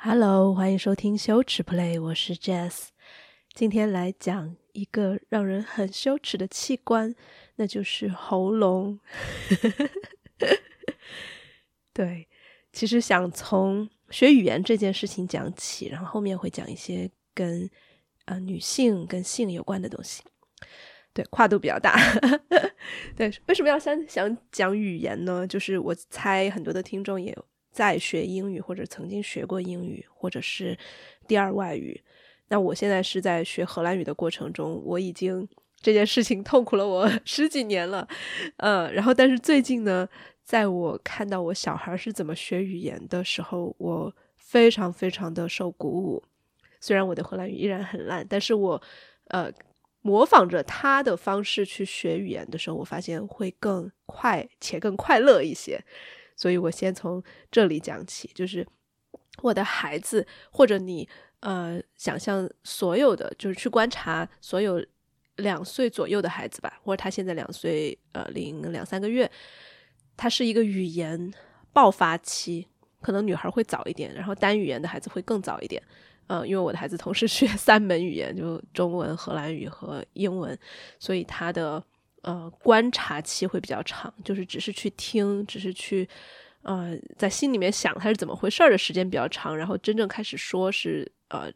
Hello，欢迎收听羞耻 Play， 我是 Jess。今天来讲一个让人很羞耻的器官，那就是喉咙。对，其实想从学语言这件事情讲起，然后后面会讲一些跟女性跟性有关的东西。对，跨度比较大。对，为什么要想讲语言呢？就是我猜很多的听众也在学英语，或者曾经学过英语，或者是第二外语。那我现在是在学荷兰语的过程中，我已经这件事情痛苦了我10几年了。然后但是最近呢，在我看到我小孩是怎么学语言的时候，我非常非常的受鼓舞。虽然我的荷兰语依然很烂，但是我模仿着他的方式去学语言的时候，我发现会更快且更快乐一些。所以我先从这里讲起，就是我的孩子，或者你想象所有的，就是去观察所有2岁左右的孩子吧，或者他现在2岁零2-3个月，他是一个语言爆发期，可能女孩会早一点，然后单语言的孩子会更早一点。因为我的孩子同时学3门语言，就中文、荷兰语和英文，所以他的观察期会比较长，就是只是去听，只是去在心里面想他是怎么回事的时间比较长，然后真正开始说是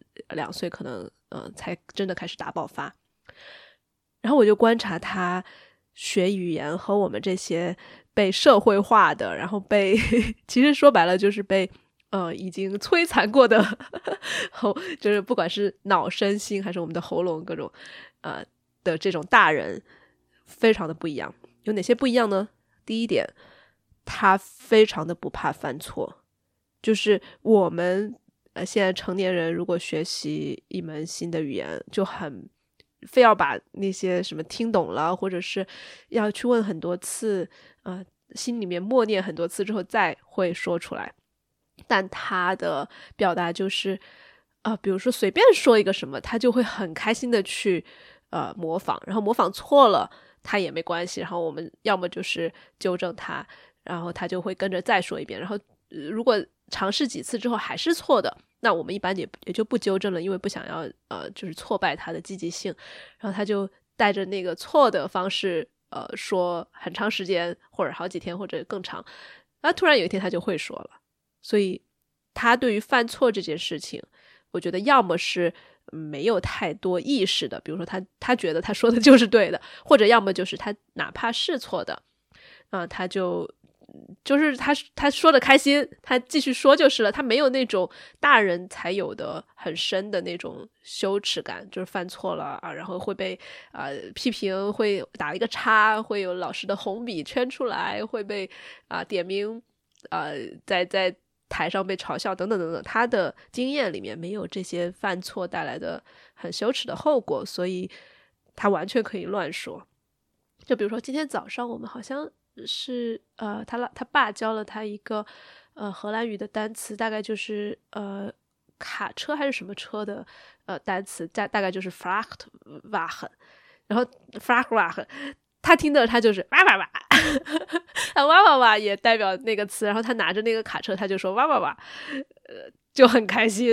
2岁可能才真的开始大爆发。然后我就观察他学语言和我们这些被社会化的，然后被其实说白了就是被已经摧残过的就是不管是脑身心还是我们的喉咙各种的这种大人非常的不一样。有哪些不一样呢？第一点，他非常的不怕犯错。就是我们现在成年人如果学习一门新的语言，就非要把那些什么听懂了，或者是要去问很多次心里面默念很多次之后再会说出来。但他的表达就是比如说随便说一个什么，他就会很开心的去模仿，然后模仿错了他也没关系，然后我们要么就是纠正他，然后他就会跟着再说一遍，然后如果尝试几次之后还是错的，那我们一般也就不纠正了，因为不想要就是挫败他的积极性，然后他就带着那个错的方式说很长时间，或者好几天或者更长，突然有一天他就会说了。所以他对于犯错这件事情，我觉得要么是没有太多意识的，比如说他觉得他说的就是对的，或者要么就是他哪怕是错的他就是他说的开心，他继续说就是了，他没有那种大人才有的很深的那种羞耻感，就是犯错了然后会被批评，会打一个叉，会有老师的红笔圈出来，会被点名在台上被嘲笑等等等等，他的经验里面没有这些犯错带来的很羞耻的后果，所以他完全可以乱说。就比如说今天早上我们好像是他爸教了他一个荷兰语的单词，大概就是卡车还是什么车的单词，大概就是 Vrachtwagen， 然后 Vrachtwagen 他听的他就是哇哇哇哇哇哇也代表那个词，然后他拿着那个卡车他就说哇哇哇就很开心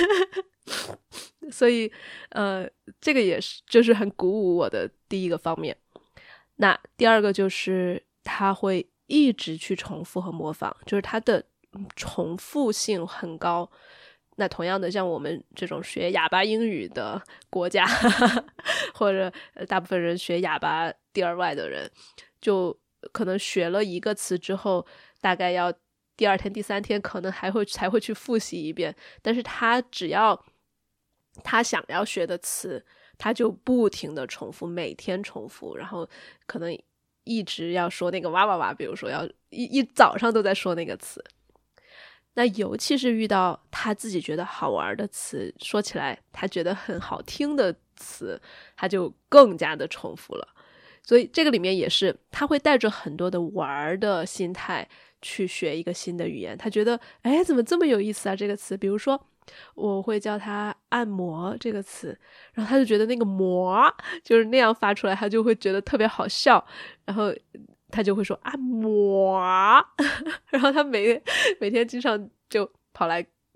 所以这个也是就是很鼓舞我的第一个方面。那第二个就是他会一直去重复和模仿，就是他的重复性很高。那同样的，像我们这种学哑巴英语的国家或者大部分人学哑巴第二外的人，就可能学了一个词之后，大概要第2天第3天可能才会去复习一遍，但是他只要他想要学的词，他就不停的重复，每天重复，然后可能一直要说那个哇哇哇，比如说要一早上都在说那个词。那尤其是遇到他自己觉得好玩的词，说起来他觉得很好听的词，他就更加的重复了。所以这个里面也是他会带着很多的玩的心态去学一个新的语言，他觉得怎么这么有意思啊这个词。比如说我会教他按摩这个词，然后他就觉得那个摩就是那样发出来，他就会觉得特别好笑，然后他就会说按摩然后他每天经常就跑来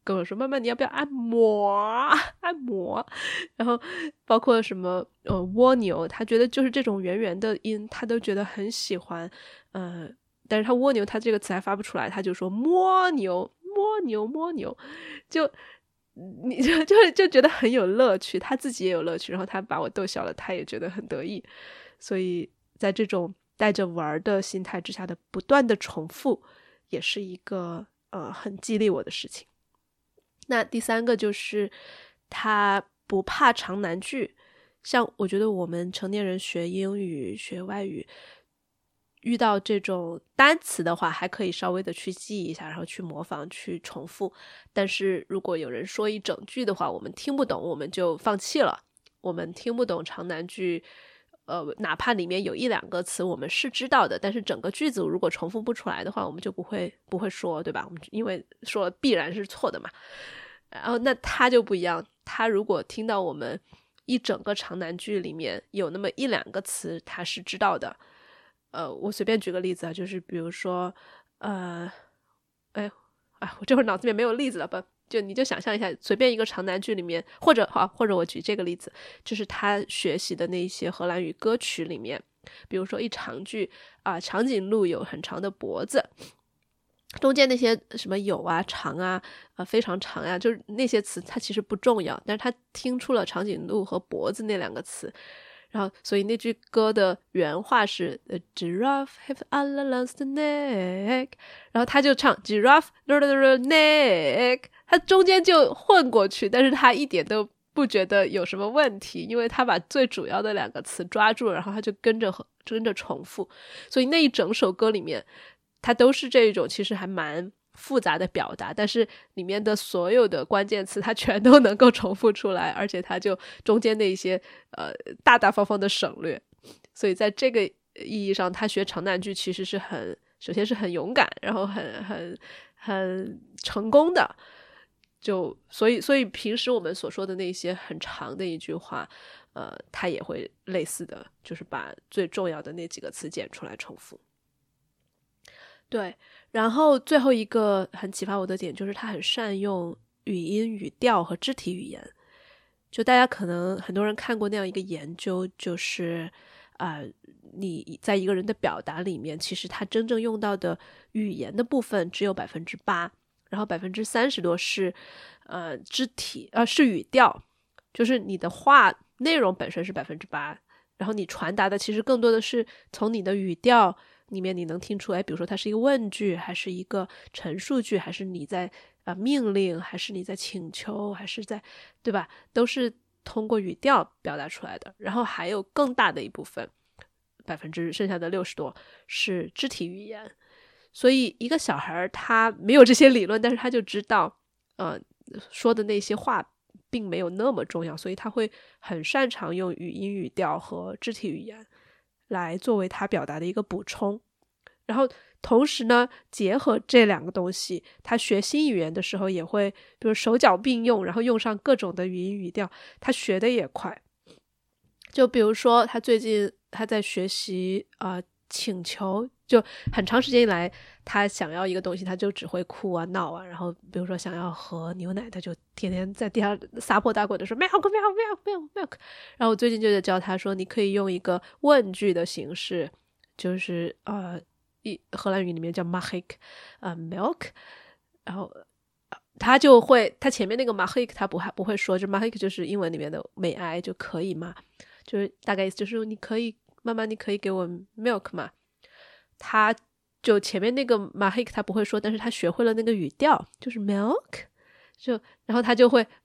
跟我说妈妈你要不要按摩按摩，然后包括什么蜗牛，他觉得就是这种圆圆的音他都觉得很喜欢，但是他蜗牛他这个词还发不出来，他就说摸牛摸牛摸牛，就你就觉得很有乐趣，他自己也有乐趣，然后他把我逗笑了，他也觉得很得意。所以在这种带着玩的心态之下的不断的重复，也是一个很激励我的事情。那第三个就是他不怕长难句，像我觉得我们成年人学英语学外语遇到这种单词的话还可以稍微的去记一下，然后去模仿去重复，但是如果有人说一整句的话我们听不懂，我们就放弃了。我们听不懂长难句哪怕里面有一两个词我们是知道的，但是整个句子如果重复不出来的话我们就不会说，对吧？我们因为说必然是错的嘛。然后那他就不一样，他如果听到我们一整个长难句里面有那么一两个词他是知道的，我随便举个例子啊，就是比如说我这会儿脑子里面没有例子了吧，就你就想象一下，随便一个长难句里面，或者我举这个例子，就是他学习的那些荷兰语歌曲里面，比如说一长句长颈鹿有很长的脖子，中间那些什么有啊长啊非常长呀，就是那些词它其实不重要，但是他听出了长颈鹿和脖子那两个词，然后所以那句歌的原话是 The giraffe have a long neck， 然后他就唱 giraffe neck， 他中间就混过去，但是他一点都不觉得有什么问题，因为他把最主要的两个词抓住了，然后他就跟着重复，所以那一整首歌里面它都是这种其实还蛮复杂的表达，但是里面的所有的关键词它全都能够重复出来，而且它就中间的一些大大方方的省略，所以在这个意义上他学长难句其实是首先是很勇敢，然后很成功的，就所以平时我们所说的那些很长的一句话他也会类似的，就是把最重要的那几个词剪出来重复。对，然后最后一个很启发我的点就是他很善用语音语调和肢体语言，就大家可能很多人看过那样一个研究，就是你在一个人的表达里面其实他真正用到的语言的部分只有 8%， 然后 30%多是肢体是语调，就是你的话内容本身是 8%， 然后你传达的其实更多的是从你的语调里面你能听出来，比如说它是一个问句还是一个陈述句，还是你在命令，还是你在请求，还是在对吧，都是通过语调表达出来的。然后还有更大的一部分剩下的60%多是肢体语言，所以一个小孩他没有这些理论，但是他就知道说的那些话并没有那么重要，所以他会很擅长用语音语调和肢体语言来作为他表达的一个补充。然后同时呢结合这两个东西，他学新语言的时候也会比如手脚并用，然后用上各种的语音语调，他学的也快。就比如说他最近他在学习请求，就很长时间以来他想要一个东西他就只会哭啊闹啊，然后比如说想要喝牛奶他就天天在地上撒泼打滚的说 milk milk milk milk， 然后我最近就在教他说你可以用一个问句的形式，就是荷兰语里面叫 mag ik milk， 然后他就会他前面那个 mag ik 他不会说，就 mag ik 就是英文里面的 may I 就可以嘛，就是大概意思就是你可以妈妈你可以给我 milk 嘛，他就前面那个 mag ik 他不会说，但是他学会了那个语调，就是 milk， 就然后他就会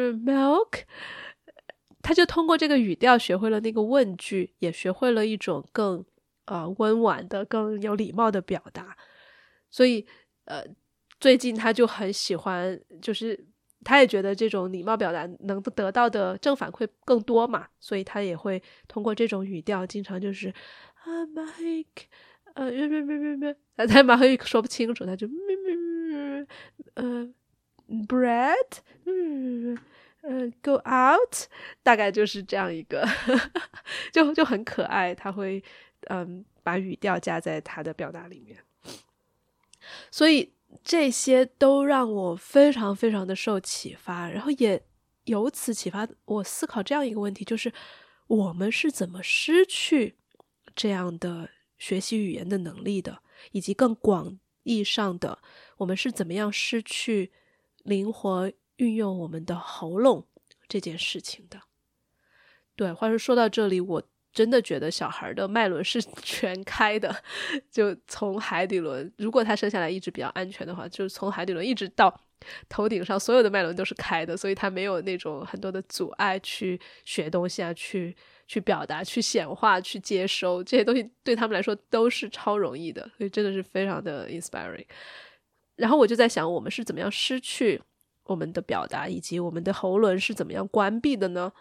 milk， 他就通过这个语调学会了那个问句，也学会了一种更温婉的更有礼貌的表达。所以最近他就很喜欢，就是他也觉得这种礼貌表达能得到的正反馈更多嘛，所以他也会通过这种语调经常就是Mahik他Mahik说不清楚，他就bread go out， 大概就是这样一个就很可爱，他会把语调加在他的表达里面。所以这些都让我非常非常的受启发，然后也由此启发我思考这样一个问题，就是我们是怎么失去这样的学习语言的能力的，以及更广义上的，我们是怎么样失去灵活运用我们的喉咙这件事情的。对，话说到这里，我真的觉得小孩的脉轮是全开的，就从海底轮，如果他生下来一直比较安全的话，就是从海底轮一直到头顶上，所有的脉轮都是开的，所以他没有那种很多的阻碍去学东西啊，去表达，去显化，去接收，这些东西对他们来说都是超容易的，所以真的是非常的 inspiring。 然后我就在想，我们是怎么样失去我们的表达，以及我们的喉轮是怎么样关闭的呢？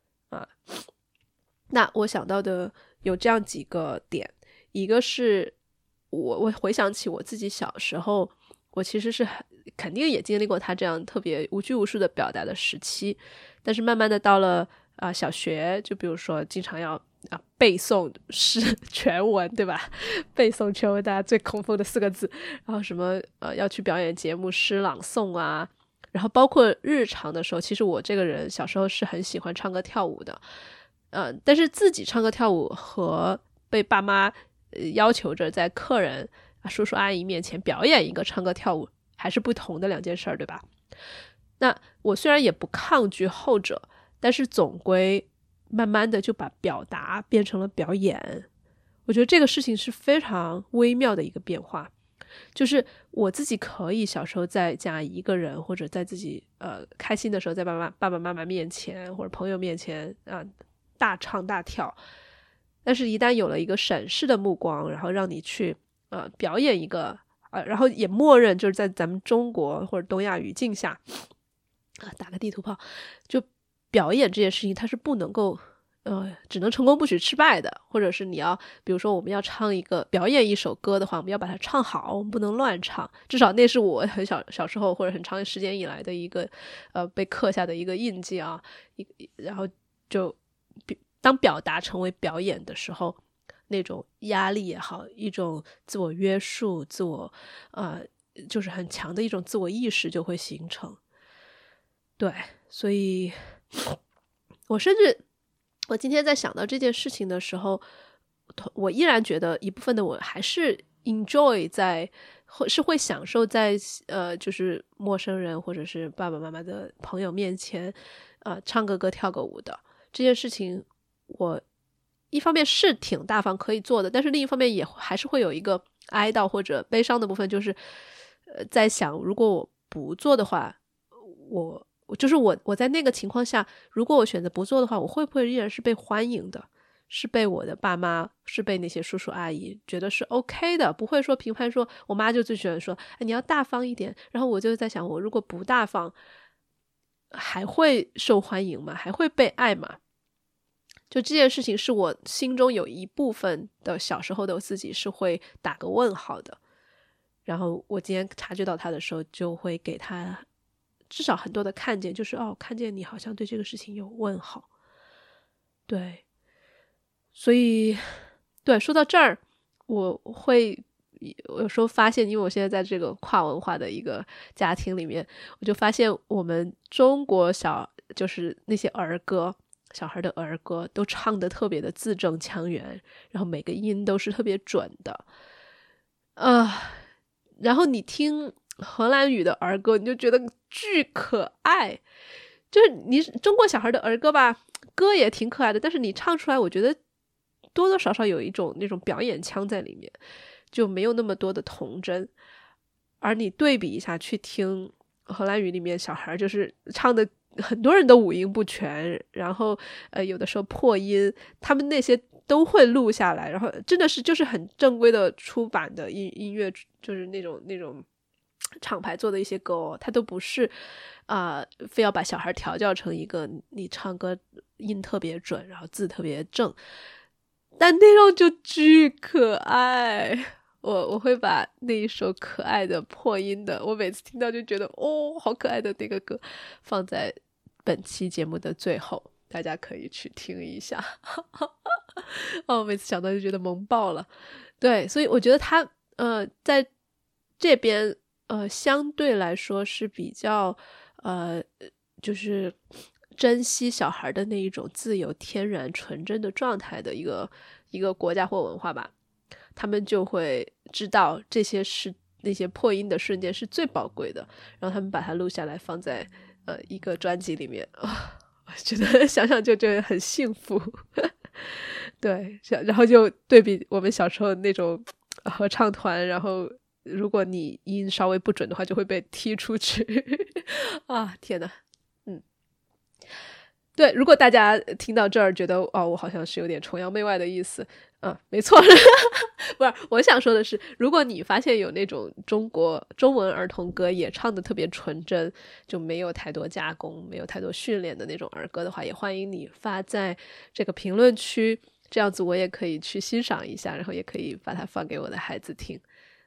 那我想到的有这样几个点，一个是我回想起我自己小时候，我其实是肯定也经历过他这样特别无拘无束的表达的时期，但是慢慢的到了小学，就比如说经常要背诵诗全文，对吧？背诵全文大家最恐怖的4个字，然后什么要去表演节目诗朗诵啊，然后包括日常的时候，其实我这个人小时候是很喜欢唱歌跳舞的，但是自己唱歌跳舞和被爸妈要求着在客人叔叔阿姨面前表演一个唱歌跳舞还是不同的2件事，对吧？那我虽然也不抗拒后者，但是总归慢慢的就把表达变成了表演。我觉得这个事情是非常微妙的一个变化，就是我自己可以小时候在家一个人，或者在自己开心的时候，在爸爸妈妈面前或者朋友面前大唱大跳，但是一旦有了一个审视的目光，然后让你去表演一个然后也默认就是在咱们中国或者东亚语境下打个地图炮，就表演这件事情它是不能够只能成功不许失败的，或者是你要比如说我们要表演一首歌的话，我们要把它唱好，我们不能乱唱，至少那是我很小时候或者很长时间以来的一个被刻下的一个印记啊。然后就当表达成为表演的时候，那种压力也好，一种自我约束，自我就是很强的一种自我意识就会形成。对，所以我甚至我今天在想到这件事情的时候，我依然觉得一部分的我还是 enjoy 是会享受在就是陌生人或者是爸爸妈妈的朋友面前唱个歌跳个舞的这件事情，我一方面是挺大方可以做的，但是另一方面也还是会有一个哀悼或者悲伤的部分，就是在想如果我不做的话，我在那个情况下，如果我选择不做的话，我会不会依然是被欢迎的，是被我的爸妈，是被那些叔叔阿姨觉得是 OK 的，不会说评判，说我妈就最喜欢说你要大方一点，然后我就在想，我如果不大方还会受欢迎吗？还会被爱吗？就这件事情是我心中有一部分的小时候的我自己是会打个问号的，然后我今天察觉到他的时候，就会给他至少很多的看见，就是看见你好像对这个事情有问号。对，所以对，说到这儿，我有时候发现，因为我现在在这个跨文化的一个家庭里面，我就发现我们中国就是那些儿歌，小孩的儿歌都唱得特别的字正腔圆，然后每个音都是特别准的然后你听荷兰语的儿歌，你就觉得巨可爱，就是你中国小孩的儿歌吧，歌也挺可爱的，但是你唱出来我觉得多多少少有一种那种表演腔在里面，就没有那么多的童真。而你对比一下去听荷兰语里面小孩就是唱的很多人都五音不全，然后有的时候破音，他们那些都会录下来，然后真的是就是很正规的出版的音乐，就是那种厂牌做的一些歌它都不是非要把小孩调教成一个你唱歌音特别准，然后字特别正，但那种就巨可爱。我会把那一首可爱的破音的，我每次听到就觉得好可爱的那个歌放在本期节目的最后，大家可以去听一下每次想到就觉得萌爆了。对，所以我觉得他在这边相对来说是比较就是珍惜小孩的那一种自由、天然、纯真的状态的一个国家或文化吧，他们就会知道这些是那些破音的瞬间是最宝贵的，然后他们把它录下来放在一个专辑里面我觉得想想就觉得很幸福对，然后就对比我们小时候那种合唱团，然后如果你音稍微不准的话就会被踢出去啊天哪对，如果大家听到这儿觉得我好像是有点崇洋媚外的意思没错不是，我想说的是，如果你发现有那种中文儿童歌也唱得特别纯真，就没有太多加工，没有太多训练的那种儿歌的话，也欢迎你发在这个评论区，这样子我也可以去欣赏一下，然后也可以把它放给我的孩子听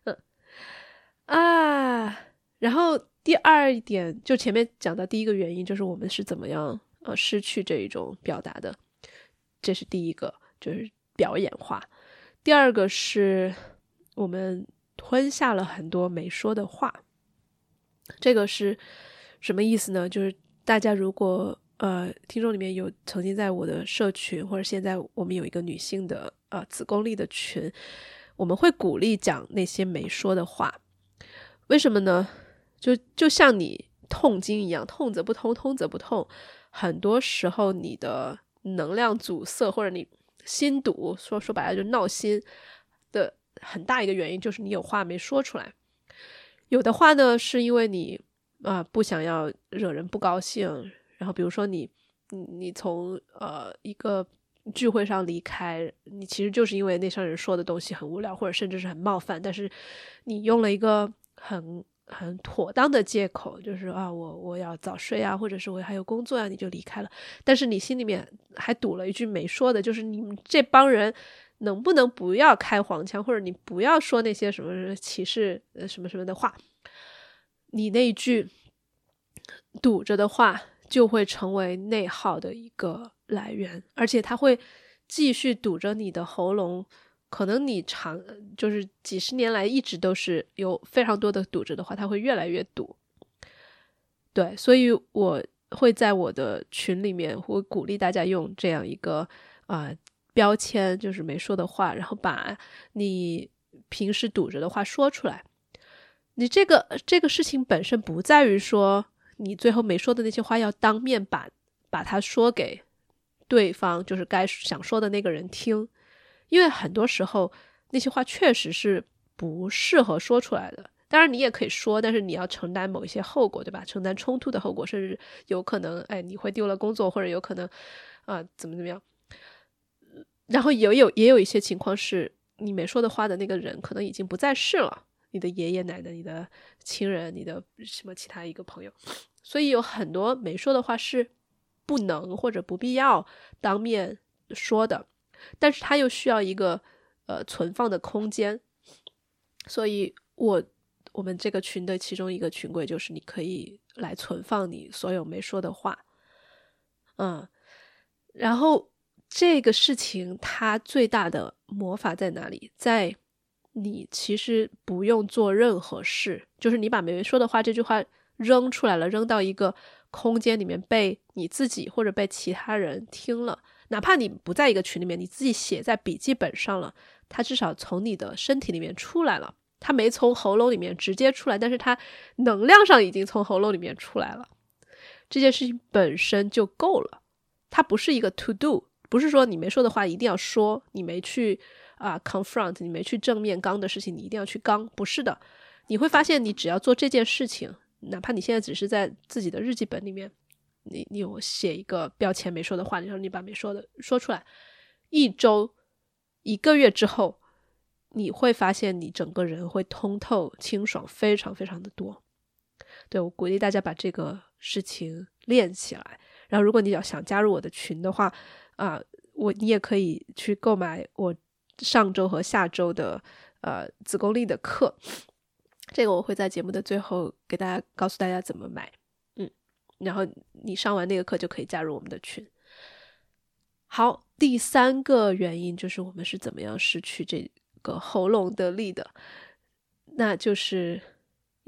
然后第二一点，就前面讲到第一个原因，就是我们是怎么样失去这一种表达的，这是第一个，就是表演化。第二个是我们吞下了很多没说的话，这个是什么意思呢？就是大家如果听众里面有曾经在我的社群，或者现在我们有一个女性的子宫力的群，我们会鼓励讲那些没说的话。为什么呢？就像你痛经一样，痛则不通，通则不痛。很多时候你的能量阻塞，或者你心堵，说白了就闹心的很大一个原因就是你有话没说出来。有的话呢是因为你不想要惹人不高兴，然后比如说你从一个聚会上离开，你其实就是因为那上人说的东西很无聊，或者甚至是很冒犯，但是你用了一个很妥当的借口，就是我要早睡或者是我还有工作你就离开了，但是你心里面还堵了一句没说的，就是你们这帮人能不能不要开黄腔，或者你不要说那些什么歧视什么什么的话，你那一句堵着的话就会成为内耗的一个来源，而且它会继续堵着你的喉咙，可能你就是几十年来一直都是有非常多的堵着的话，它会越来越堵。对，所以我会在我的群里面会鼓励大家用这样一个标签，就是没说的话，然后把你平时堵着的话说出来。你这个事情本身不在于说你最后没说的那些话要当面把它说给对方，就是该想说的那个人听，因为很多时候那些话确实是不适合说出来的。当然你也可以说，但是你要承担某一些后果，对吧？承担冲突的后果，甚至有可能你会丢了工作，或者有可能怎么样。然后也有一些情况是你没说的话的那个人可能已经不在世了，你的爷爷奶奶、你的亲人、你的什么其他一个朋友，所以有很多没说的话是不能或者不必要当面说的，但是它又需要一个存放的空间。所以我们这个群的其中一个群规就是你可以来存放你所有没说的话。然后这个事情它最大的魔法在哪里？在你其实不用做任何事，就是你把没说的话这句话扔出来了，扔到一个空间里面被你自己或者被其他人听了，哪怕你不在一个群里面，你自己写在笔记本上了，它至少从你的身体里面出来了，它没从喉咙里面直接出来，但是它能量上已经从喉咙里面出来了，这件事情本身就够了。它不是一个 to do， 不是说你没说的话一定要说，你没去confront， 你没去正面刚的事情你一定要去刚，不是的。你会发现你只要做这件事情，哪怕你现在只是在自己的日记本里面你有写一个标签没说的话，然后你把没说的说出来，1周1个月之后，你会发现你整个人会通透清爽非常非常的多。对，我鼓励大家把这个事情练起来。然后如果你要想加入我的群的话你也可以去购买我上周和下周的子宫力的课，这个我会在节目的最后给大家告诉大家怎么买。然后你上完那个课就可以加入我们的群。好，第3个原因就是我们是怎么样失去这个喉咙的力的，那就是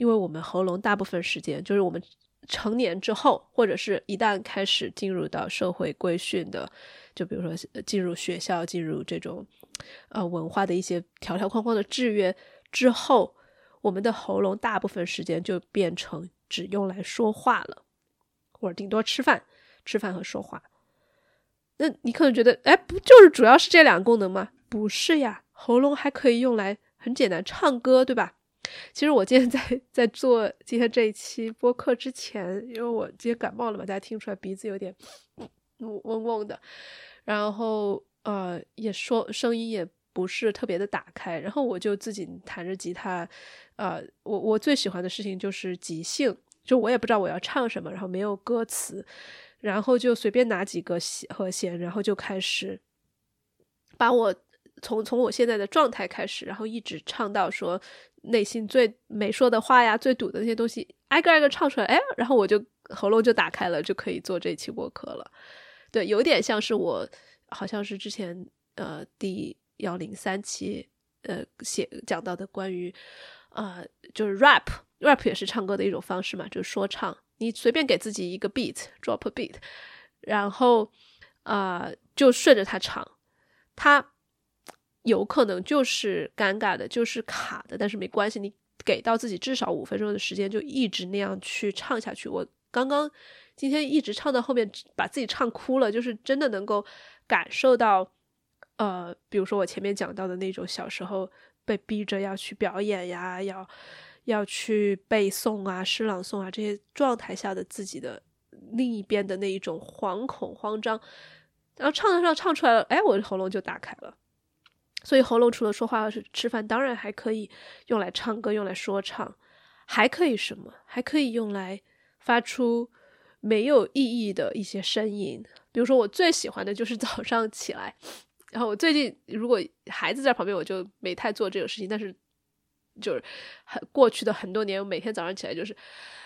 因为我们喉咙大部分时间就是我们成年之后，或者是一旦开始进入到社会规训的，就比如说进入学校，进入这种文化的一些条条框框的制约之后，我们的喉咙大部分时间就变成只用来说话了，或者顶多吃饭和说话。那你可能觉得不就是主要是这两个功能吗？不是呀，喉咙还可以用来很简单唱歌，对吧？其实我今天在做今天这一期播客之前，因为我今天感冒了嘛，大家听出来鼻子有点嗡嗡的，然后也说声音也不是特别的打开，然后我就自己弹着吉他，我最喜欢的事情就是即兴，就我也不知道我要唱什么，然后没有歌词，然后就随便拿几个和弦，然后就开始把我从我现在的状态开始，然后一直唱到说内心最没说的话呀，最堵的那些东西挨个挨个唱出来，然后我就喉咙就打开了，就可以做这期播客了。对，有点像是我好像是之前第103期讲到的关于就是 rap 也是唱歌的一种方式嘛，就是说唱，你随便给自己一个 beat drop a beat， 然后就顺着它唱，它有可能就是尴尬的，就是卡的，但是没关系，你给到自己至少5分钟的时间，就一直那样去唱下去。我刚刚今天一直唱到后面把自己唱哭了，就是真的能够感受到比如说我前面讲到的那种小时候被逼着要去表演呀，要去背诵啊，诗朗诵啊，这些状态下的自己的另一边的那一种惶恐慌张，然后唱出来了，我的喉咙就打开了。所以喉咙除了说话和吃饭，当然还可以用来唱歌，用来说唱，还可以什么？还可以用来发出没有意义的一些声音。比如说我最喜欢的就是早上起来，然后我最近如果孩子在旁边我就没太做这个事情，但是就是过去的很多年我每天早上起来就是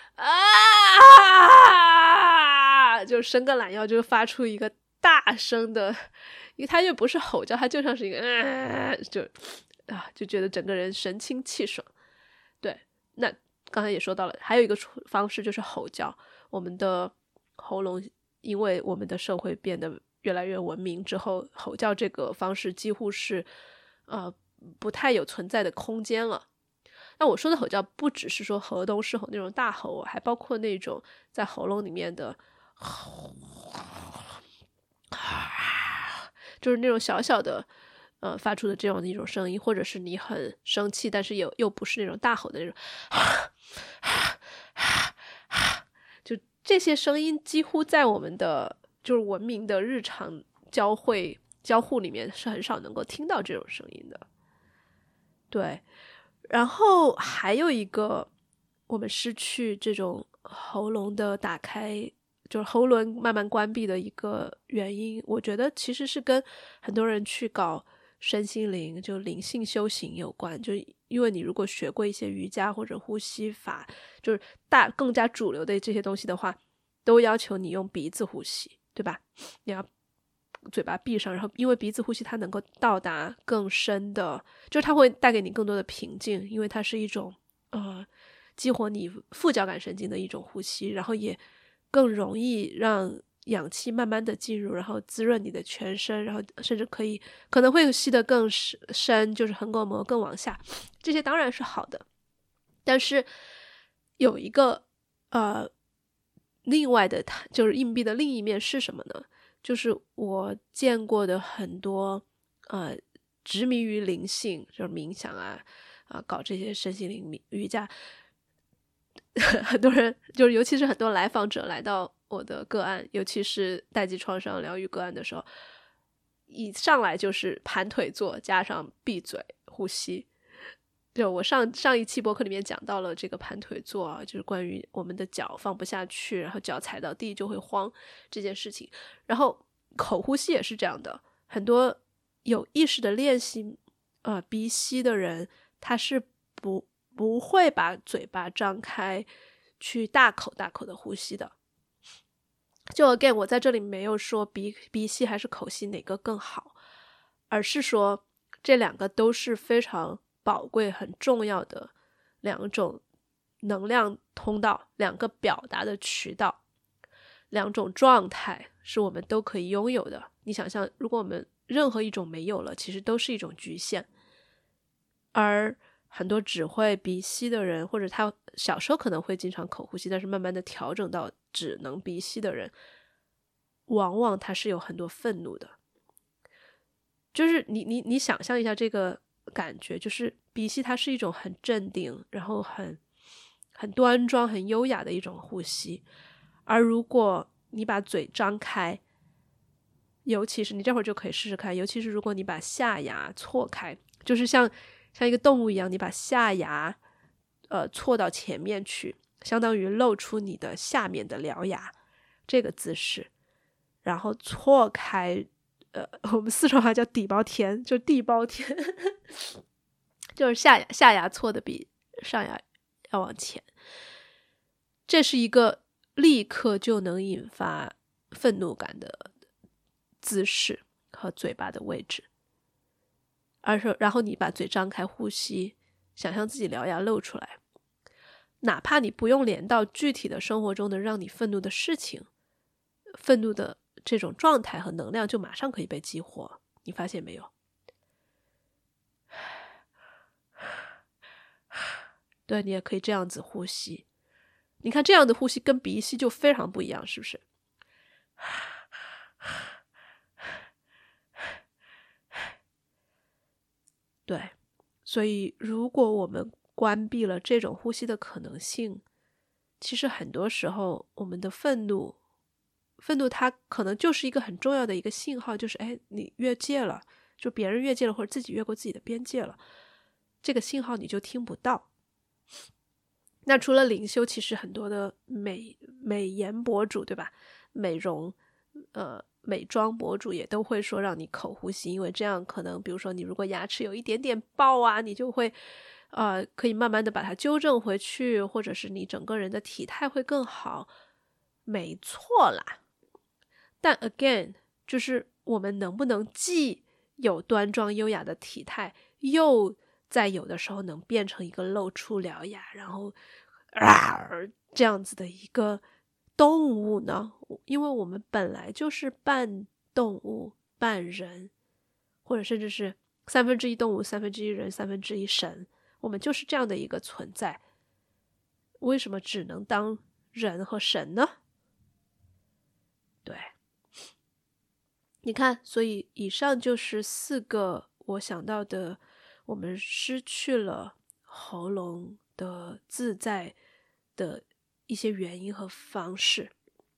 就伸个懒腰，就发出一个大声的，因为它又不是吼叫，它就像是一个就觉得整个人神清气爽。对，那刚才也说到了，还有一个方式就是吼叫。我们的喉咙因为我们的社会变得越来越文明之后，吼叫这个方式几乎是不太有存在的空间了。那我说的吼叫不只是说河东狮吼那种大吼，还包括那种在喉咙里面的就是那种小小的发出的这样的一种声音，或者是你很生气但是又不是那种大吼的那种就这些声音几乎在我们的就是文明的日常交互里面是很少能够听到这种声音的。对，然后还有一个我们失去这种喉咙的打开，就是喉轮慢慢关闭的一个原因，我觉得其实是跟很多人去搞身心灵就灵性修行有关。就因为你如果学过一些瑜伽或者呼吸法，就是更加主流的这些东西的话，都要求你用鼻子呼吸，对吧？你要嘴巴闭上，然后因为鼻子呼吸它能够到达更深的，就是它会带给你更多的平静，因为它是一种激活你副交感神经的一种呼吸，然后也更容易让氧气慢慢的进入，然后滋润你的全身，然后甚至可能会吸得更深，就是横膈膜更往下，这些当然是好的。但是有一个另外的就是硬币的另一面是什么呢？就是我见过的很多执迷于灵性，就是冥想搞这些身心灵瑜伽很多人就是尤其是很多来访者来到我的个案，尤其是代际创伤疗愈个案的时候，一上来就是盘腿坐加上闭嘴呼吸。就我上一期播客里面讲到了这个盘腿坐就是关于我们的脚放不下去，然后脚踩到地就会慌这件事情。然后口呼吸也是这样的，很多有意识的练习鼻吸的人，他是不会把嘴巴张开去大口大口的呼吸的。就 again 我在这里没有说鼻吸还是口吸哪个更好，而是说这两个都是非常宝贵很重要的两种能量通道，两个表达的渠道，两种状态是我们都可以拥有的。你想象，如果我们任何一种没有了，其实都是一种局限。而很多只会鼻吸的人，或者他小时候可能会经常口呼吸，但是慢慢的调整到只能鼻吸的人，往往他是有很多愤怒的。就是你想象一下这个感觉，就是鼻吸它是一种很镇定，然后很端庄很优雅的一种呼吸。而如果你把嘴张开，尤其是你这会儿就可以试试看，尤其是如果你把下牙错开，就是像一个动物一样，你把下牙错到前面去，相当于露出你的下面的獠牙，这个姿势，然后错开我们四川话叫底包天，就地包天就是下牙错的比上牙要往前，这是一个立刻就能引发愤怒感的姿势和嘴巴的位置。然后你把嘴张开呼吸，想象自己獠牙露出来，哪怕你不用连到具体的生活中的让你愤怒的事情，愤怒的这种状态和能量就马上可以被激活。你发现没有？对，你也可以这样子呼吸。你看这样的呼吸跟鼻吸就非常不一样，是不是？对，所以如果我们关闭了这种呼吸的可能性，其实很多时候我们的愤怒它可能就是一个很重要的一个信号，就是你越界了，就别人越界了，或者自己越过自己的边界了，这个信号你就听不到。那除了灵修，其实很多的美颜博主，对吧？美容美妆博主也都会说让你口呼吸，因为这样可能比如说你如果牙齿有一点点爆啊，你就会可以慢慢的把它纠正回去，或者是你整个人的体态会更好。没错啦，但 again 就是我们能不能既有端庄优雅的体态，又在有的时候能变成一个露出獠牙然后这样子的一个动物呢？因为我们本来就是半动物半人，或者甚至是1/3动物1/3人1/3神，我们就是这样的一个存在。为什么只能当人和神呢？对，你看，所以以上就是4个我想到的我们失去了喉咙的自在的一些原因和方式。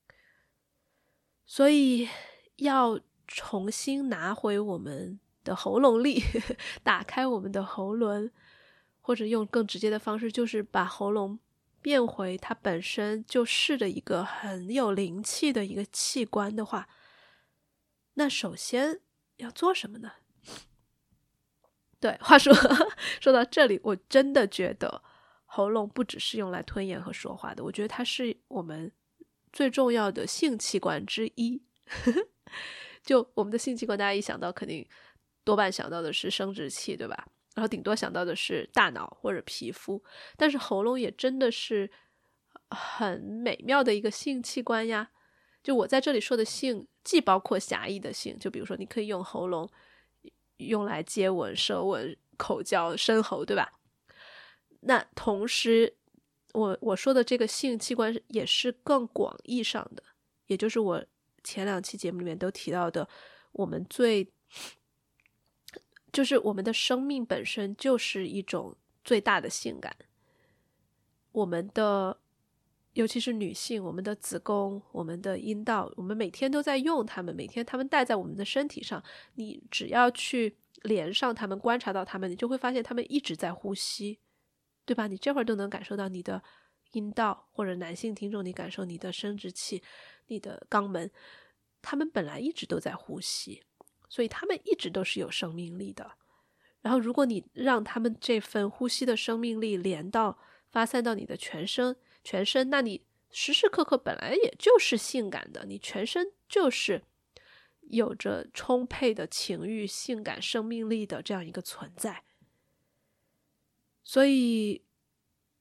所以要重新拿回我们的喉咙力打开我们的喉轮，或者用更直接的方式，就是把喉咙变回它本身就是的一个很有灵气的一个器官的话，那首先要做什么呢？对，话说到这里，我真的觉得喉咙不只是用来吞咽和说话的，我觉得它是我们最重要的性器官之一。就我们的性器官，大家一想到肯定多半想到的是生殖器，对吧？然后顶多想到的是大脑或者皮肤，但是喉咙也真的是很美妙的一个性器官呀。就我在这里说的性，既包括狭义的性，就比如说你可以用喉咙用来接吻、舌吻、口交、深喉，对吧？那同时我说的这个性器官也是更广义上的，也就是我前2期节目里面都提到的，我们就是我们的生命本身就是一种最大的性感。我们的尤其是女性，我们的子宫，我们的阴道，我们每天都在用它们，每天它们戴在我们的身体上，你只要去连上它们，观察到它们，你就会发现它们一直在呼吸，对吧？你这会儿都能感受到你的阴道，或者男性听众你感受你的生殖器，你的肛门，他们本来一直都在呼吸，所以他们一直都是有生命力的。然后如果你让他们这份呼吸的生命力发散到你的全身，那你时时刻刻本来也就是性感的，你全身就是有着充沛的情欲、性感、生命力的这样一个存在。所以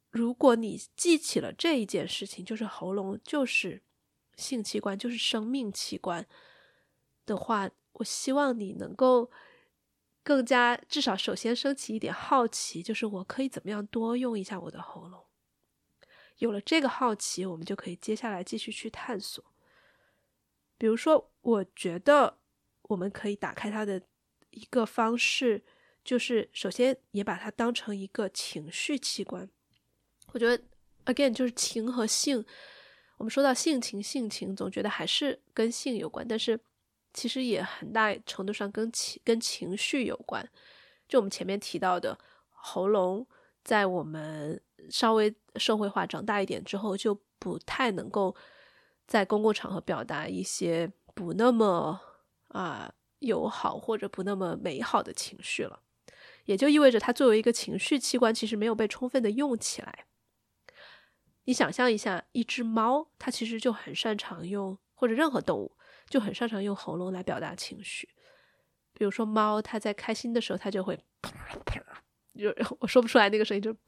如果你记起了这一件事情，就是喉咙就是性器官，就是生命器官的话，我希望你能够更加，至少首先升起一点好奇，就是我可以怎么样多用一下我的喉咙。有了这个好奇，我们就可以接下来继续去探索。比如说，我觉得我们可以打开它的一个方式，就是首先也把它当成一个情绪器官。我觉得 again 就是情和性，我们说到性情总觉得还是跟性有关，但是其实也很大程度上跟情绪有关。就我们前面提到的，喉咙在我们稍微社会化长大一点之后，就不太能够在公共场合表达一些不那么友好或者不那么美好的情绪了，也就意味着它作为一个情绪器官其实没有被充分的用起来。你想象一下，一只猫它其实就很擅长用，或者任何动物就很擅长用喉咙来表达情绪。比如说猫它在开心的时候它就会就我说不出来那个声音，就是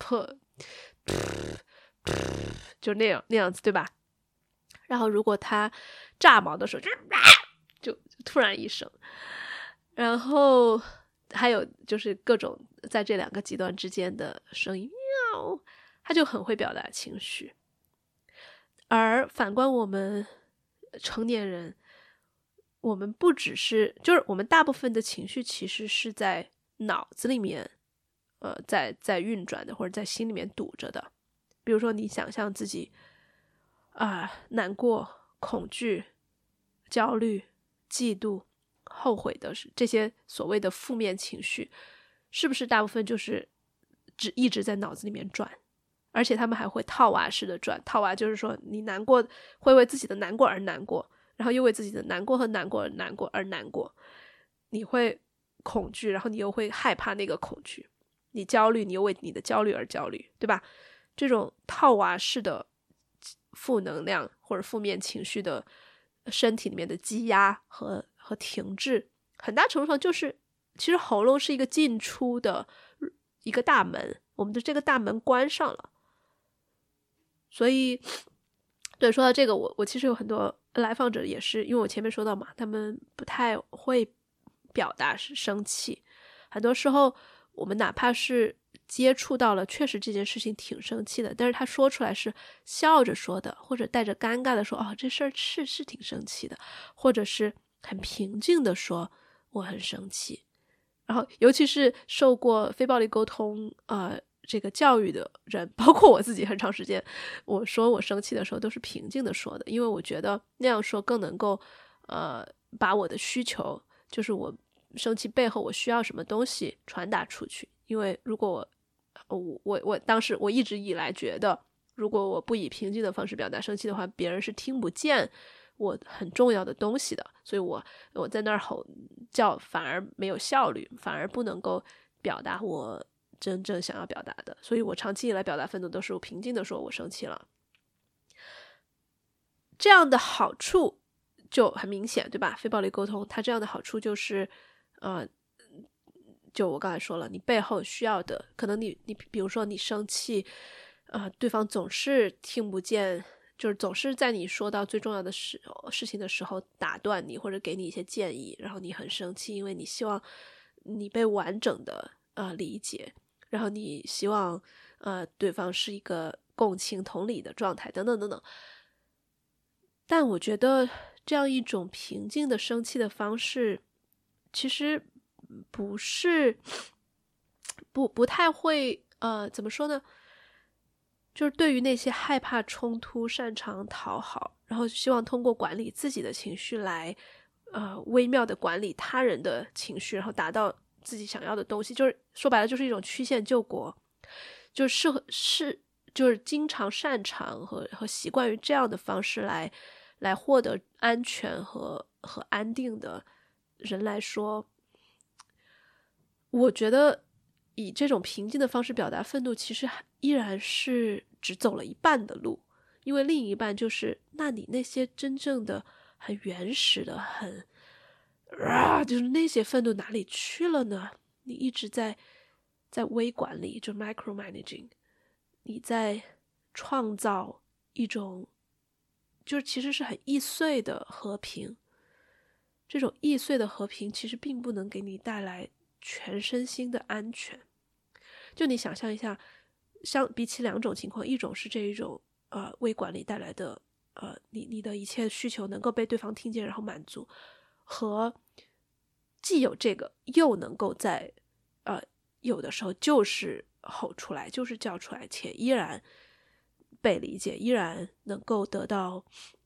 就那样子，对吧？然后如果它炸毛的时候就突然一声，然后还有就是各种在这两个极端之间的声音，喵，它就很会表达情绪。而反观我们成年人，我们不只是，就是我们大部分的情绪其实是在脑子里面在运转的，或者在心里面堵着的。比如说你想象自己难过、恐惧、焦虑、嫉妒、后悔的这些所谓的负面情绪，是不是大部分就是一直在脑子里面转？而且他们还会套娃式的转。套娃就是说你难过会为自己的难过而难过，然后又为自己的难过和难过而难过。你会恐惧，然后你又会害怕那个恐惧。你焦虑，你又为你的焦虑而焦虑，对吧？这种套娃式的负能量或者负面情绪的身体里面的积压和停滞，很大程度上就是其实喉咙是一个进出的一个大门，我们的这个大门关上了。所以对，说到这个，我其实有很多来访者也是，因为我前面说到嘛，他们不太会表达是生气，很多时候我们哪怕是接触到了确实这件事情挺生气的，但是他说出来是笑着说的，或者带着尴尬的说这事儿是挺生气的，或者是很平静的说我很生气。然后尤其是受过非暴力沟通这个教育的人，包括我自己，很长时间我说我生气的时候都是平静的说的，因为我觉得那样说更能够把我的需求，就是我生气背后我需要什么东西传达出去。因为如果我当时我一直以来觉得，如果我不以平静的方式表达生气的话，别人是听不见我很重要的东西的，所以我在那儿吼叫反而没有效率，反而不能够表达我真正想要表达的。所以我长期以来表达愤怒都是我平静的说我生气了。这样的好处就很明显，对吧？非暴力沟通它这样的好处就是就我刚才说了，你背后需要的可能你比如说你生气对方总是听不见，就是总是在你说到最重要的事情的时候打断你，或者给你一些建议，然后你很生气，因为你希望你被完整的理解，然后你希望对方是一个共情同理的状态等等等等。但我觉得这样一种平静的生气的方式其实不是不太会怎么说呢，就是对于那些害怕冲突、擅长讨好，然后希望通过管理自己的情绪来微妙的管理他人的情绪，然后达到自己想要的东西，就是说白了就是一种曲线救国，就是经常擅长和习惯于这样的方式来获得安全和安定的人来说，我觉得以这种平静的方式表达愤怒其实依然是只走了一半的路。因为另一半就是那你那些真正的很原始的就是那些愤怒哪里去了呢？你一直在微管理，就 micromanaging， 你在创造一种就是其实是很易碎的和平，这种易碎的和平其实并不能给你带来全身心的安全。就你想象一下，比起两种情况，一种是这一种微管理带来的你的一切需求能够被对方听见然后满足，和既有这个又能够在有的时候就是吼出来，就是叫出来，且依然被理解，依然能够得到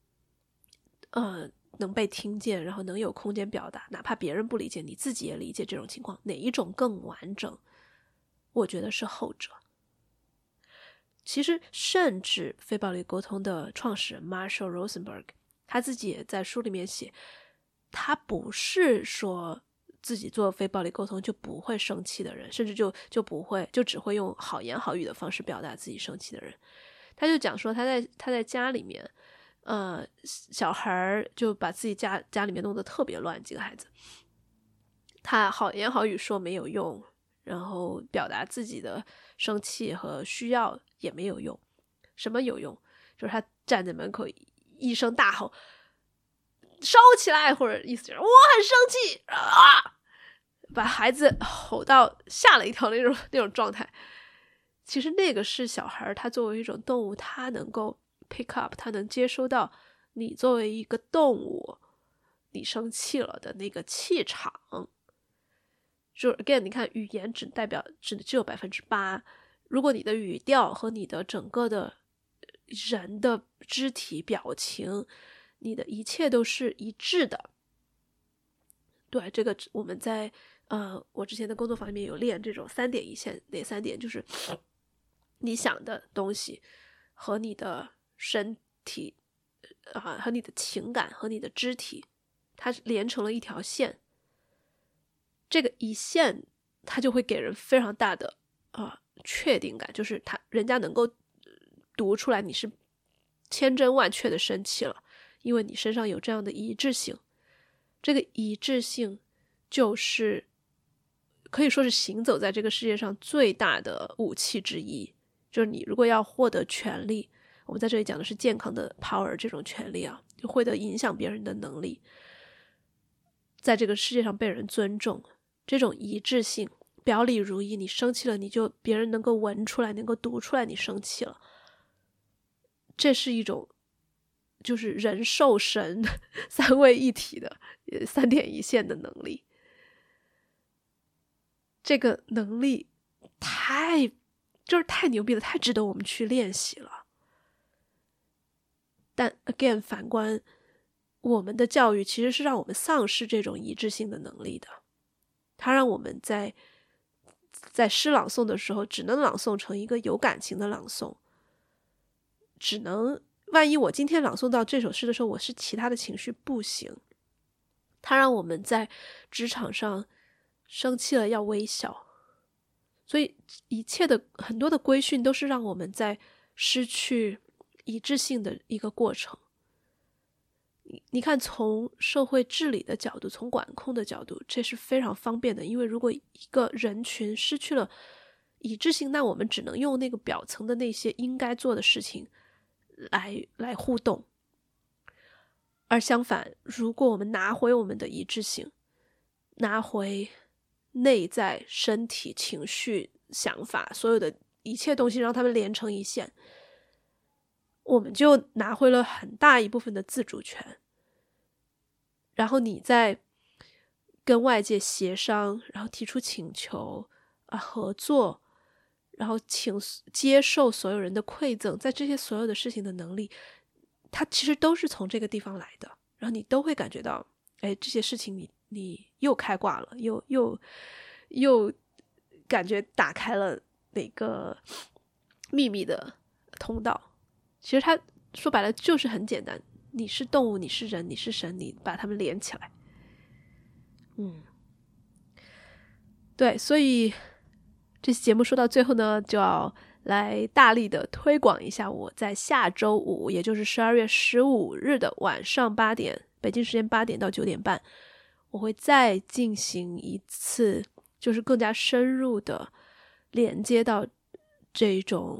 能被听见，然后能有空间表达，哪怕别人不理解你自己也理解，这种情况哪一种更完整？我觉得是后者。其实甚至非暴力沟通的创始人 Marshall Rosenberg 他自己也在书里面写，他不是说自己做非暴力沟通就不会生气的人，甚至就不会，就只会用好言好语的方式表达自己生气的人。他就讲说他在家里面小孩就把自己家里面弄得特别乱，几个孩子他好言好语说没有用，然后表达自己的生气和需要也没有用。什么有用？就是他站在门口一声大吼烧起来，或者意思就是我很生气啊，把孩子吼到吓了一跳那种状态。其实那个是小孩他作为一种动物，他能够 pick up， 他能接收到你作为一个动物你生气了的那个气场。就 again 你看语言只有 8%， 如果你的语调和你的整个的人的肢体表情，你的一切都是一致的。对，这个我们在我之前的工作坊里面有练这种3点一线。哪3点？就是你想的东西和你的身体和你的情感和你的肢体，它连成了一条线。这个一线它就会给人非常大的确定感，就是人家能够读出来你是千真万确的生气了，因为你身上有这样的一致性。这个一致性就是可以说是行走在这个世界上最大的武器之一。就是你如果要获得权利，我们在这里讲的是健康的 power 这种权利啊，就获得影响别人的能力，在这个世界上被人尊重，这种一致性表里如一，你生气了别人能够闻出来，能够读出来你生气了，这是一种就是人兽神3位一体的3点一线的能力。这个能力太牛逼了，太值得我们去练习了。但 again 反观我们的教育其实是让我们丧失这种一致性的能力的，它让我们在诗朗诵的时候只能朗诵成一个有感情的朗诵，只能万一我今天朗诵到这首诗的时候我是其他的情绪不行。它让我们在职场上生气了要微笑，所以一切的很多的规训都是让我们在失去一致性的一个过程。你看从社会治理的角度，从管控的角度，这是非常方便的，因为如果一个人群失去了一致性，那我们只能用那个表层的那些应该做的事情来互动。而相反，如果我们拿回我们的一致性，拿回内在身体情绪想法所有的一切东西，让它们连成一线，我们就拿回了很大一部分的自主权。然后你在跟外界协商，然后提出请求合作，然后接受所有人的馈赠，在这些所有的事情的能力，它其实都是从这个地方来的。然后你都会感觉到这些事情你又开挂了，又感觉打开了那个秘密的通道。其实它说白了就是很简单，你是动物，你是人，你是神，你把它们连起来。对，所以这期节目说到最后呢，就要来大力的推广一下我在下周5，也就是12月15日的晚上8点，北京时间8点到9点半，我会再进行一次就是更加深入的连接到这种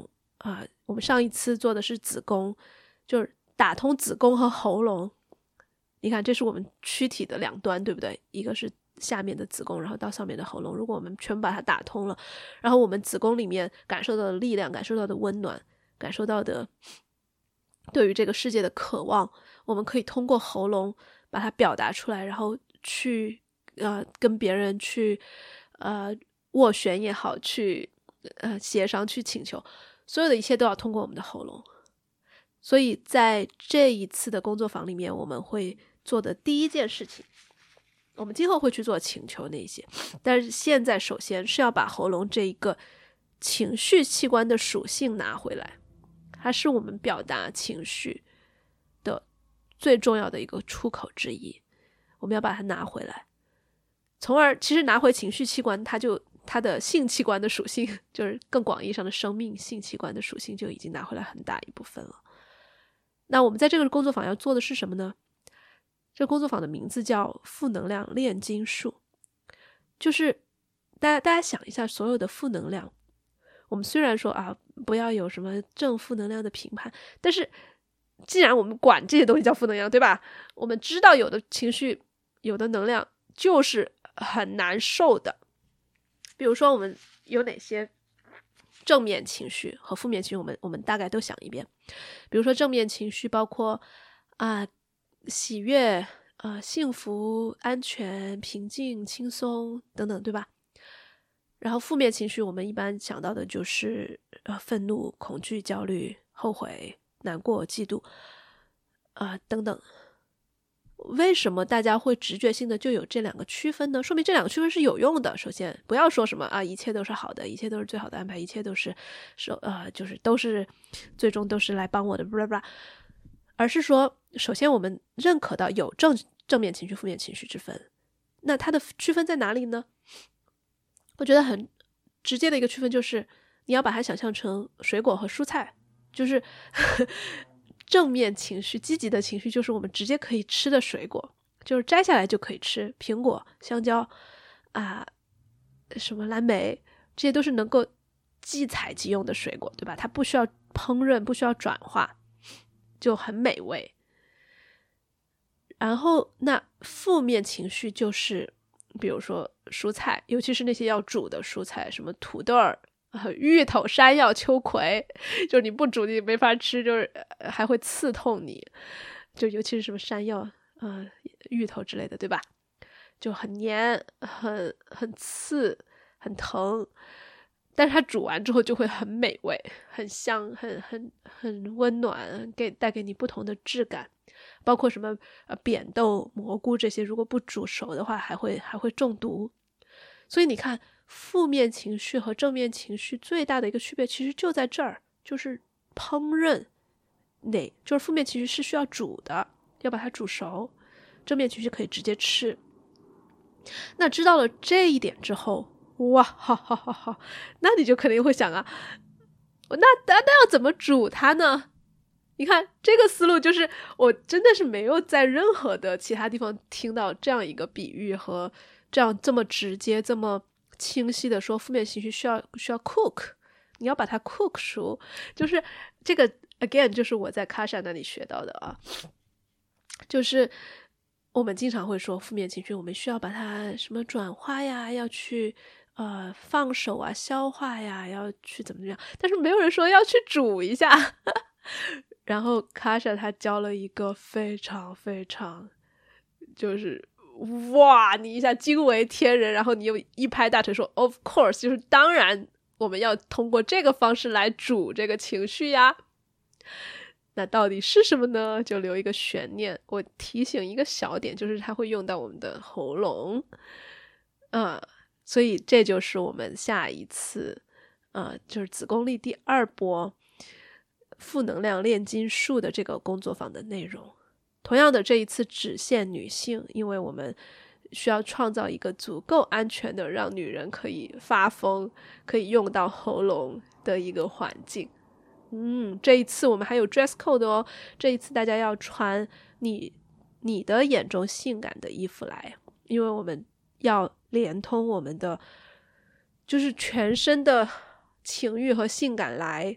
我们上一次做的是子宫，就是打通子宫和喉咙。你看，这是我们躯体的两端，对不对？一个是下面的子宫，然后到上面的喉咙。如果我们全部把它打通了，然后我们子宫里面感受到的力量，感受到的温暖，感受到的对于这个世界的渴望，我们可以通过喉咙把它表达出来，然后去跟别人去斡旋也好，去协商，去请求，所有的一切都要通过我们的喉咙。所以在这一次的工作坊里面，我们会做的第一件事情，我们今后会去做请求那些，但是现在首先是要把喉咙这一个情绪器官的属性拿回来，它是我们表达情绪的最重要的一个出口之一，我们要把它拿回来，从而其实拿回情绪器官，它的性器官的属性，就是更广义上的生命性器官的属性，就已经拿回来很大一部分了。那我们在这个工作坊要做的是什么呢？这个工作坊的名字叫负能量炼金术，就是大家想一下，所有的负能量，我们虽然说不要有什么正负能量的评判，但是既然我们管这些东西叫负能量，对吧？我们知道有的情绪，有的能量就是很难受的。比如说我们有哪些正面情绪和负面情绪，我们大概都想一遍。比如说正面情绪包括喜悦、幸福、安全、平静、轻松等等，对吧？然后负面情绪我们一般想到的就是愤怒、恐惧、焦虑、后悔、难过、嫉妒等等。为什么大家会直觉性的就有这两个区分呢？说明这两个区分是有用的。首先不要说什么一切都是好的，一切都是最好的安排，一切都是就是都是最终都是来帮我的blah blah，而是说首先我们认可到有正面情绪负面情绪之分。那它的区分在哪里呢？我觉得很直接的一个区分就是你要把它想象成水果和蔬菜，就是正面情绪积极的情绪就是我们直接可以吃的水果，就是摘下来就可以吃，苹果、香蕉什么蓝莓，这些都是能够即采即用的水果，对吧？它不需要烹饪，不需要转化，就很美味。然后那负面情绪就是比如说蔬菜，尤其是那些要煮的蔬菜，什么土豆芋头、山药、秋葵，就是你不煮你没法吃，就是还会刺痛你，就尤其是什么山药芋头之类的，对吧？就很黏，很刺，很疼，但是它煮完之后就会很美味，很香，很温暖，带给你不同的质感。包括什么扁豆、蘑菇这些，如果不煮熟的话还会中毒。所以你看，负面情绪和正面情绪最大的一个区别其实就在这儿，就是烹饪就是负面情绪是需要煮的，要把它煮熟，正面情绪可以直接吃。那知道了这一点之后，哇，好，那你就肯定会想那要怎么煮它呢？你看这个思路，就是我真的是没有在任何的其他地方听到这样一个比喻和这么直接这么清晰的说负面情绪需要 cook， 你要把它 cook 熟。就是这个 again 就是我在卡莎那里学到的就是我们经常会说负面情绪我们需要把它什么转化呀，要去放手消化呀，要去怎么样，但是没有人说要去煮一下然后卡莎他教了一个非常非常就是哇你一下惊为天人，然后你又一拍大腿说 of course， 就是当然我们要通过这个方式来煮这个情绪呀。那到底是什么呢？就留一个悬念。我提醒一个小点，就是它会用到我们的喉咙所以这就是我们下一次就是子宫力第2波负能量炼金术的这个工作坊的内容。同样的，这一次只限女性，因为我们需要创造一个足够安全的让女人可以发疯可以用到喉咙的一个环境。这一次我们还有 dress code 哦，这一次大家要穿你的眼中性感的衣服来，因为我们要连通我们的就是全身的情欲和性感来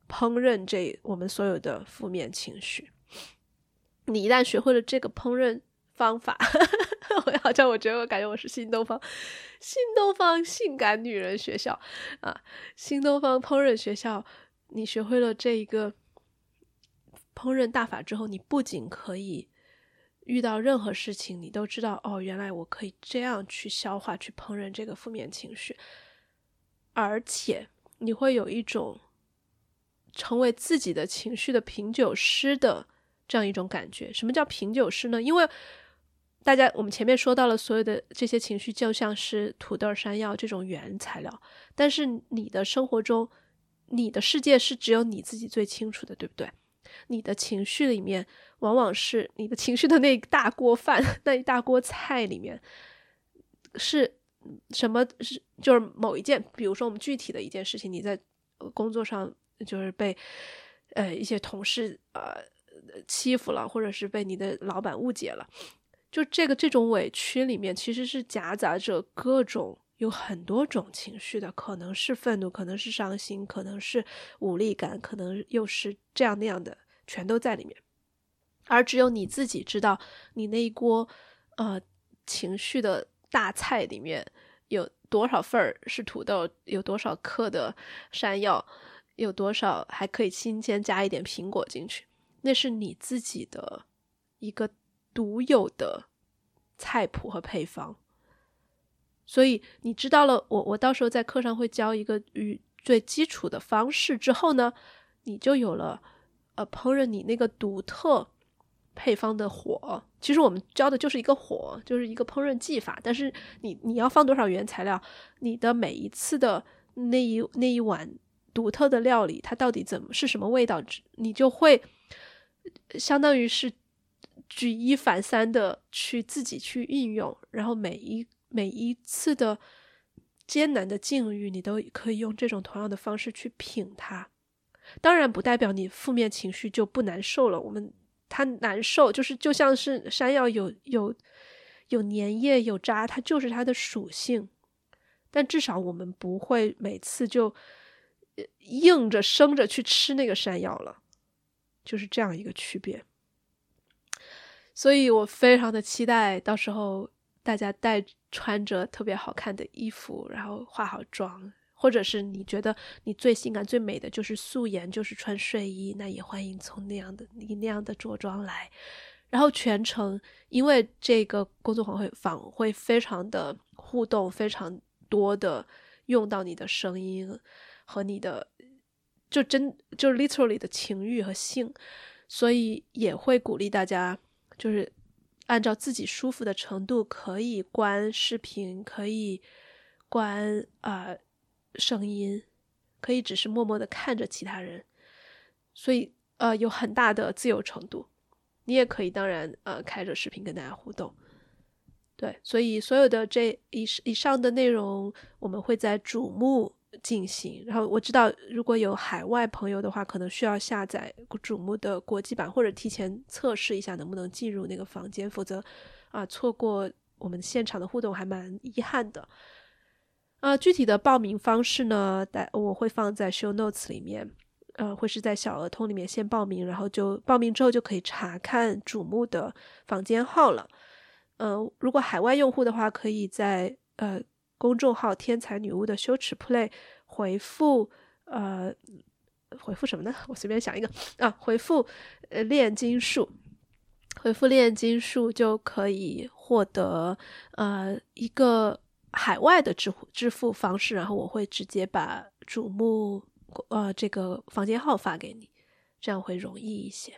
烹饪我们所有的负面情绪。你一旦学会了这个烹饪方法我觉得我感觉我是新东方性感女人学校啊，新东方烹饪学校，你学会了这一个烹饪大法之后，你不仅可以遇到任何事情你都知道原来我可以这样去消化去烹饪这个负面情绪，而且你会有一种成为自己的情绪的品酒师的这样一种感觉。什么叫品酒师呢？因为我们前面说到了所有的这些情绪就像是土豆山药这种原材料，但是你的生活中你的世界是只有你自己最清楚的，对不对？你的情绪里面往往是你的情绪的那一大锅饭那一大锅菜里面是什么，就是某一件，比如说我们具体的一件事情，你在工作上就是被一些同事欺负了，或者是被你的老板误解了，就这种委屈里面其实是夹杂着各种有很多种情绪的，可能是愤怒，可能是伤心，可能是无力感，可能又是这样那样的，全都在里面。而只有你自己知道你那一锅情绪的大菜里面有多少份是土豆，有多少克的山药，有多少还可以新鲜加一点苹果进去，那是你自己的一个独有的菜谱和配方。所以你知道了，我到时候在课上会教一个最基础的方式之后呢，你就有了烹饪你那个独特配方的火。其实我们教的就是一个火，就是一个烹饪技法，但是你要放多少原材料，你的每一次的那一碗独特的料理它到底是什么味道，你就会相当于是举一反三的去自己去运用，然后每一次的艰难的境遇你都可以用这种同样的方式去品它。当然不代表你负面情绪就不难受了，它难受就像是山药有粘液有渣，它就是它的属性，但至少我们不会每次就硬着生着去吃那个山药了，就是这样一个区别。所以我非常的期待到时候大家穿着特别好看的衣服，然后化好妆，或者是你觉得你最性感最美的就是素颜，就是穿睡衣，那也欢迎从那样的着装来。然后全程因为这个工作坊会非常的互动，非常多的用到你的声音和你的就 literally 的情欲和性，所以也会鼓励大家就是按照自己舒服的程度可以关视频，可以关声音，可以只是默默的看着其他人，所以有很大的自由程度。你也可以当然开着视频跟大家互动。对，所以所有的以上的内容我们会在瞩目进行。然后我知道如果有海外朋友的话，可能需要下载瞩目的国际版，或者提前测试一下能不能进入那个房间，否则错过我们现场的互动还蛮遗憾的。具体的报名方式呢，我会放在 show notes 里面，会是在小鹅通里面先报名，然后就报名之后就可以查看瞩目的房间号了。如果海外用户的话，可以在公众号天才女巫的羞耻 play 回复什么呢？我随便想一个回复炼金术，回复炼金术就可以获得一个海外的支付方式，然后我会直接把瞩目这个房间号发给你，这样会容易一些。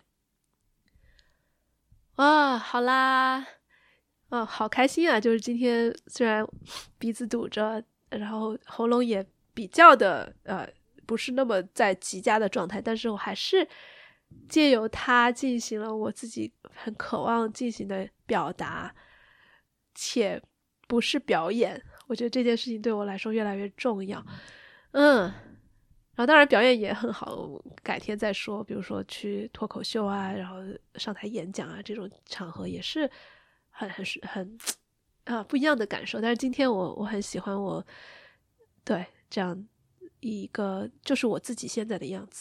好啦，好开心啊！就是今天虽然鼻子堵着，然后喉咙也比较的不是那么在极佳的状态，但是我还是借由它进行了我自己很渴望进行的表达，且不是表演。我觉得这件事情对我来说越来越重要。然后当然表演也很好，改天再说，比如说去脱口秀然后上台演讲这种场合也是很不一样的感受。但是今天我很喜欢对这样一个就是我自己现在的样子，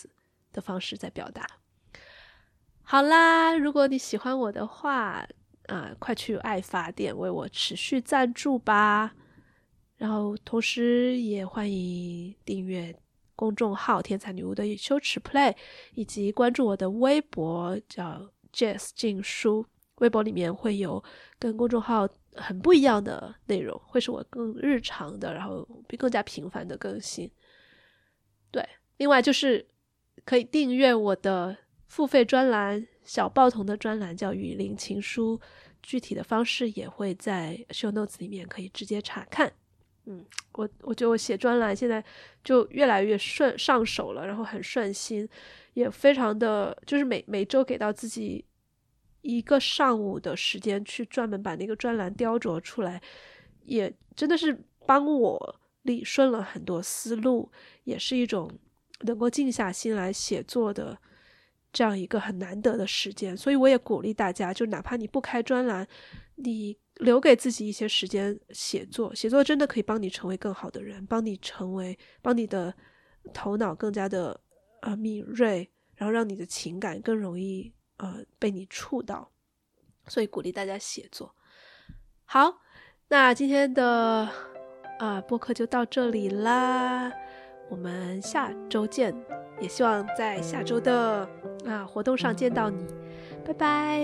的方式在表达。好啦，如果你喜欢我的话，快去爱发电为我持续赞助吧。然后同时也欢迎订阅公众号天才女巫的羞耻 play， 以及关注我的微博叫 Jess 静书，微博里面会有跟公众号很不一样的内容，会是我更日常的，然后更加频繁的更新。对，另外就是可以订阅我的付费专栏，小报童的专栏叫雨林情书，具体的方式也会在 show notes 里面可以直接查看。我觉得我写专栏现在就越来越上手了，然后很顺心，也非常的就是每周给到自己一个上午的时间去专门把那个专栏雕琢出来，也真的是帮我理顺了很多思路，也是一种能够静下心来写作的这样一个很难得的时间。所以我也鼓励大家，就哪怕你不开专栏，你留给自己一些时间写作，写作真的可以帮你成为更好的人，帮你的头脑更加的敏锐，然后让你的情感更容易被你触到，所以鼓励大家写作。好，那今天的播客就到这里啦，我们下周见，也希望在下周的活动上见到你，拜拜。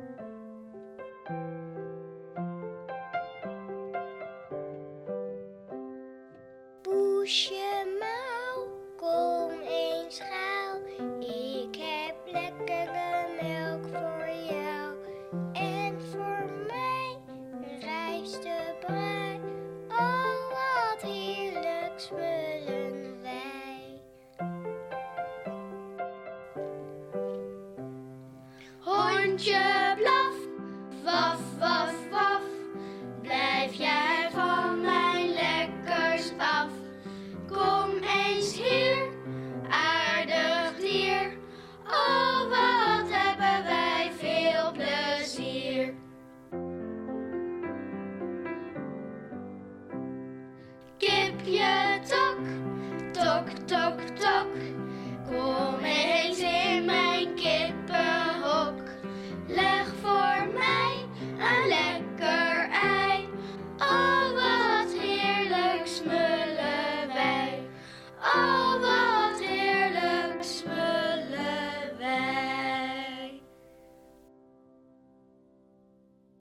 Buurtje-Mauw, kom eens gauw. Ik heb lekkere melk voor jou. En voor mij een rijstebrei. Oh, wat heerlijk smullen wij. Hondje